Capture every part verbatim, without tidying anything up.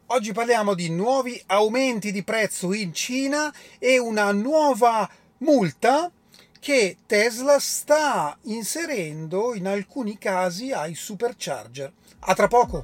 Oggi parliamo di nuovi aumenti di prezzo in Cina e una nuova multa che Tesla sta inserendo in alcuni casi ai supercharger. A tra poco!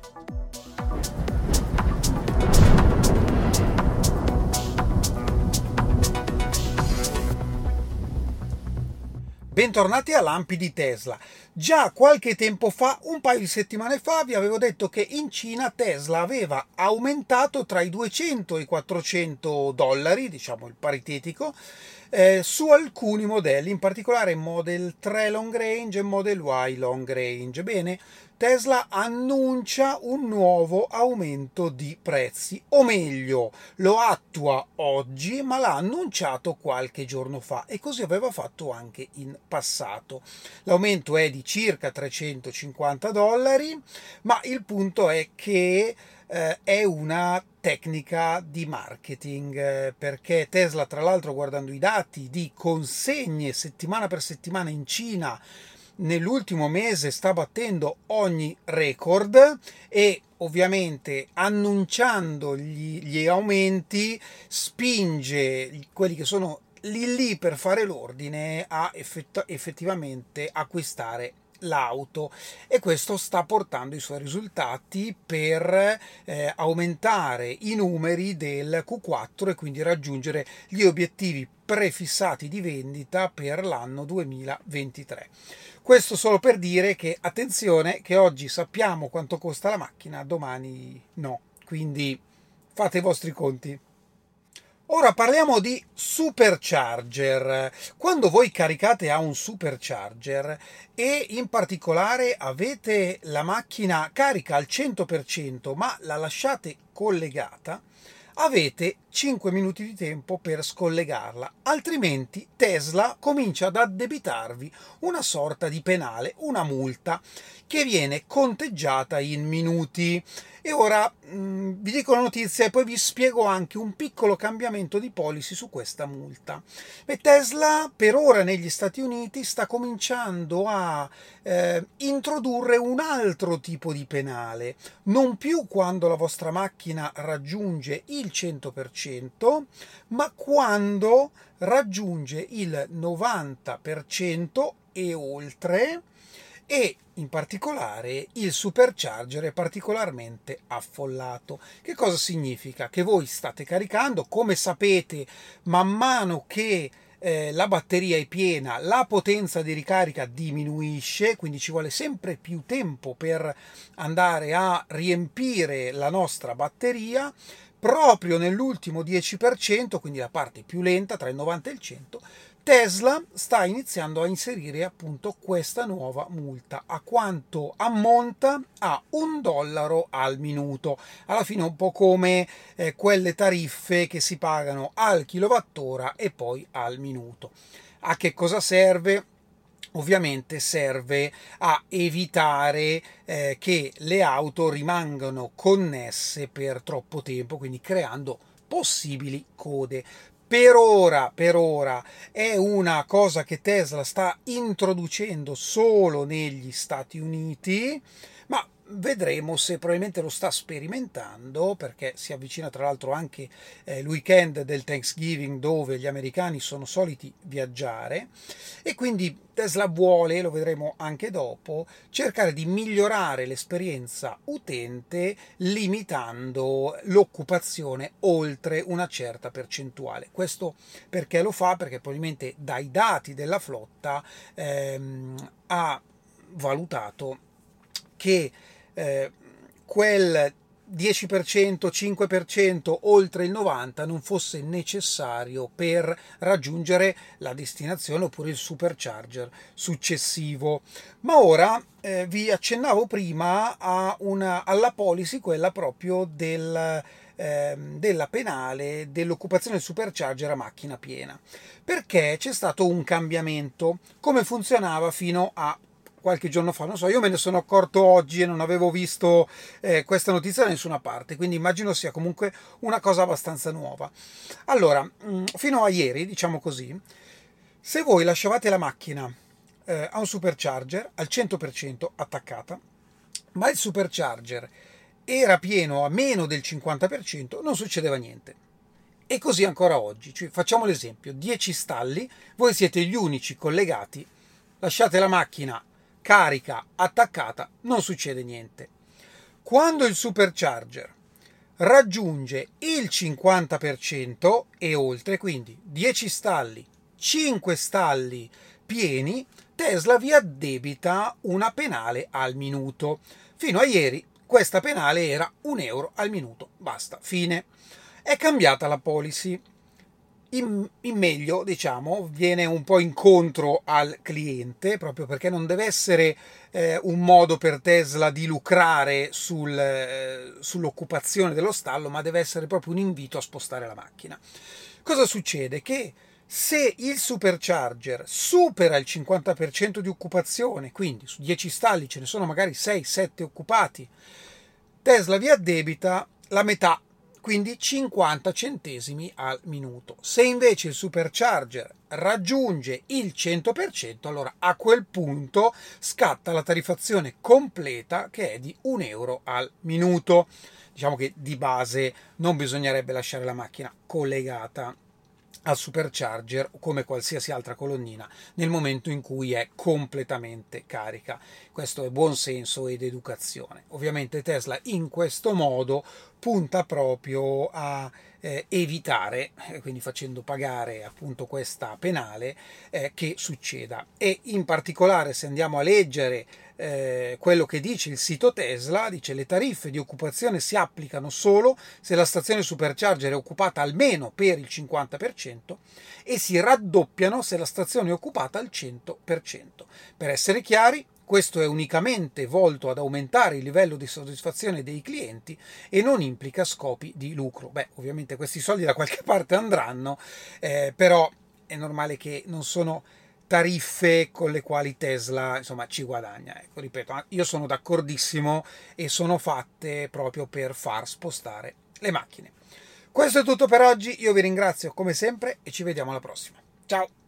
Bentornati a Lampi di Tesla. Già qualche tempo fa, un paio di settimane fa, vi avevo detto che in Cina Tesla aveva aumentato tra i duecento e i quattrocento dollari, diciamo il paritetico, eh, su alcuni modelli, in particolare Model tre Long Range e Model Y Long Range. Bene, Tesla annuncia un nuovo aumento di prezzi, o meglio, lo attua oggi, ma l'ha annunciato qualche giorno fa e così aveva fatto anche in passato. L'aumento è di circa trecentocinquanta dollari, ma il punto è che eh, è una tecnica di marketing, eh, perché Tesla, tra l'altro, guardando i dati di consegne settimana per settimana in Cina, nell'ultimo mese sta battendo ogni record e ovviamente annunciando gli, gli aumenti spinge quelli che sono lì lì per fare l'ordine a effett- effettivamente acquistare l'auto, e questo sta portando i suoi risultati per eh, aumentare i numeri del Q quattro e quindi raggiungere gli obiettivi prefissati di vendita per l'anno duemilaventitré. Questo solo per dire che attenzione, che oggi sappiamo quanto costa la macchina, domani no, quindi fate i vostri conti. Ora parliamo di supercharger. Quando voi caricate a un supercharger e in particolare avete la macchina carica al cento per cento ma la lasciate collegata, avete cinque minuti di tempo per scollegarla, altrimenti Tesla comincia ad addebitarvi una sorta di penale, una multa che viene conteggiata in minuti. E ora mh, vi dico la notizia e poi vi spiego anche un piccolo cambiamento di policy su questa multa. E Tesla per ora negli Stati Uniti sta cominciando a eh, introdurre un altro tipo di penale, non più quando la vostra macchina raggiunge il cento per cento, ma quando raggiunge il novanta per cento e oltre, e in particolare il supercharger è particolarmente affollato. Che cosa significa? Che voi state caricando, come sapete, man mano che eh, la batteria è piena, la potenza di ricarica diminuisce, quindi ci vuole sempre più tempo per andare a riempire la nostra batteria. Proprio nell'ultimo dieci per cento, quindi la parte più lenta tra il novanta e il cento, Tesla sta iniziando a inserire appunto questa nuova multa, a quanto ammonta a un dollaro al minuto. Alla fine un po' come eh, quelle tariffe che si pagano al kilowattora e poi al minuto. A che cosa serve? Ovviamente serve a evitare eh, che le auto rimangano connesse per troppo tempo, quindi creando possibili code. Per ora, per ora è una cosa che Tesla sta introducendo solo negli Stati Uniti, ma vedremo se probabilmente lo sta sperimentando, perché si avvicina tra l'altro anche eh, il weekend del Thanksgiving, dove gli americani sono soliti viaggiare, e quindi Tesla vuole, lo vedremo anche dopo, cercare di migliorare l'esperienza utente limitando l'occupazione oltre una certa percentuale. Questo perché lo fa? Perché probabilmente dai dati della flotta ehm, ha valutato che eh, quel dieci per cento, cinque per cento oltre il novanta per cento non fosse necessario per raggiungere la destinazione oppure il supercharger successivo. Ma ora eh, vi accennavo prima a una, alla policy, quella proprio del, eh, della penale dell'occupazione del supercharger a macchina piena, perché c'è stato un cambiamento. Come funzionava fino a qualche giorno fa, non so, io me ne sono accorto oggi e non avevo visto eh, questa notizia da nessuna parte, quindi immagino sia comunque una cosa abbastanza nuova. Allora, mh, fino a ieri, diciamo così, se voi lasciavate la macchina eh, a un supercharger al cento per cento attaccata, ma il supercharger era pieno a meno del cinquanta per cento, non succedeva niente. E così ancora oggi. Cioè, facciamo l'esempio, dieci stalli, voi siete gli unici collegati, lasciate la macchina carica, attaccata, non succede niente. Quando il supercharger raggiunge il cinquanta per cento e oltre, quindi dieci stalli, cinque stalli pieni, Tesla vi addebita una penale al minuto. Fino a ieri questa penale era un euro al minuto, basta, fine. È cambiata la policy. In, in meglio, diciamo, viene un po' incontro al cliente, proprio perché non deve essere eh, un modo per Tesla di lucrare sul, eh, sull'occupazione dello stallo, ma deve essere proprio un invito a spostare la macchina. Cosa succede? Che se il supercharger supera il cinquanta per cento di occupazione, quindi su dieci stalli ce ne sono magari sei sette occupati, Tesla vi addebita la metà, quindi cinquanta centesimi al minuto. Se invece il supercharger raggiunge il cento per cento, allora a quel punto scatta la tariffazione completa, che è di un euro al minuto. Diciamo che di base non bisognerebbe lasciare la macchina collegata al supercharger o come qualsiasi altra colonnina nel momento in cui è completamente carica. Questo è buon senso ed educazione. Ovviamente Tesla in questo modo punta proprio a eh, evitare, quindi facendo pagare appunto questa penale, eh, che succeda. E in particolare, se andiamo a leggere eh, quello che dice il sito Tesla, dice: le tariffe di occupazione si applicano solo se la stazione supercharger è occupata almeno per il cinquanta per cento e si raddoppiano se la stazione è occupata al cento per cento. Per essere chiari, questo è unicamente volto ad aumentare il livello di soddisfazione dei clienti e non implica scopi di lucro. Beh, ovviamente questi soldi da qualche parte andranno, eh, però è normale che non sono tariffe con le quali Tesla, insomma, ci guadagna. Ecco, ripeto, io sono d'accordissimo e sono fatte proprio per far spostare le macchine. Questo è tutto per oggi, io vi ringrazio come sempre e ci vediamo alla prossima. Ciao!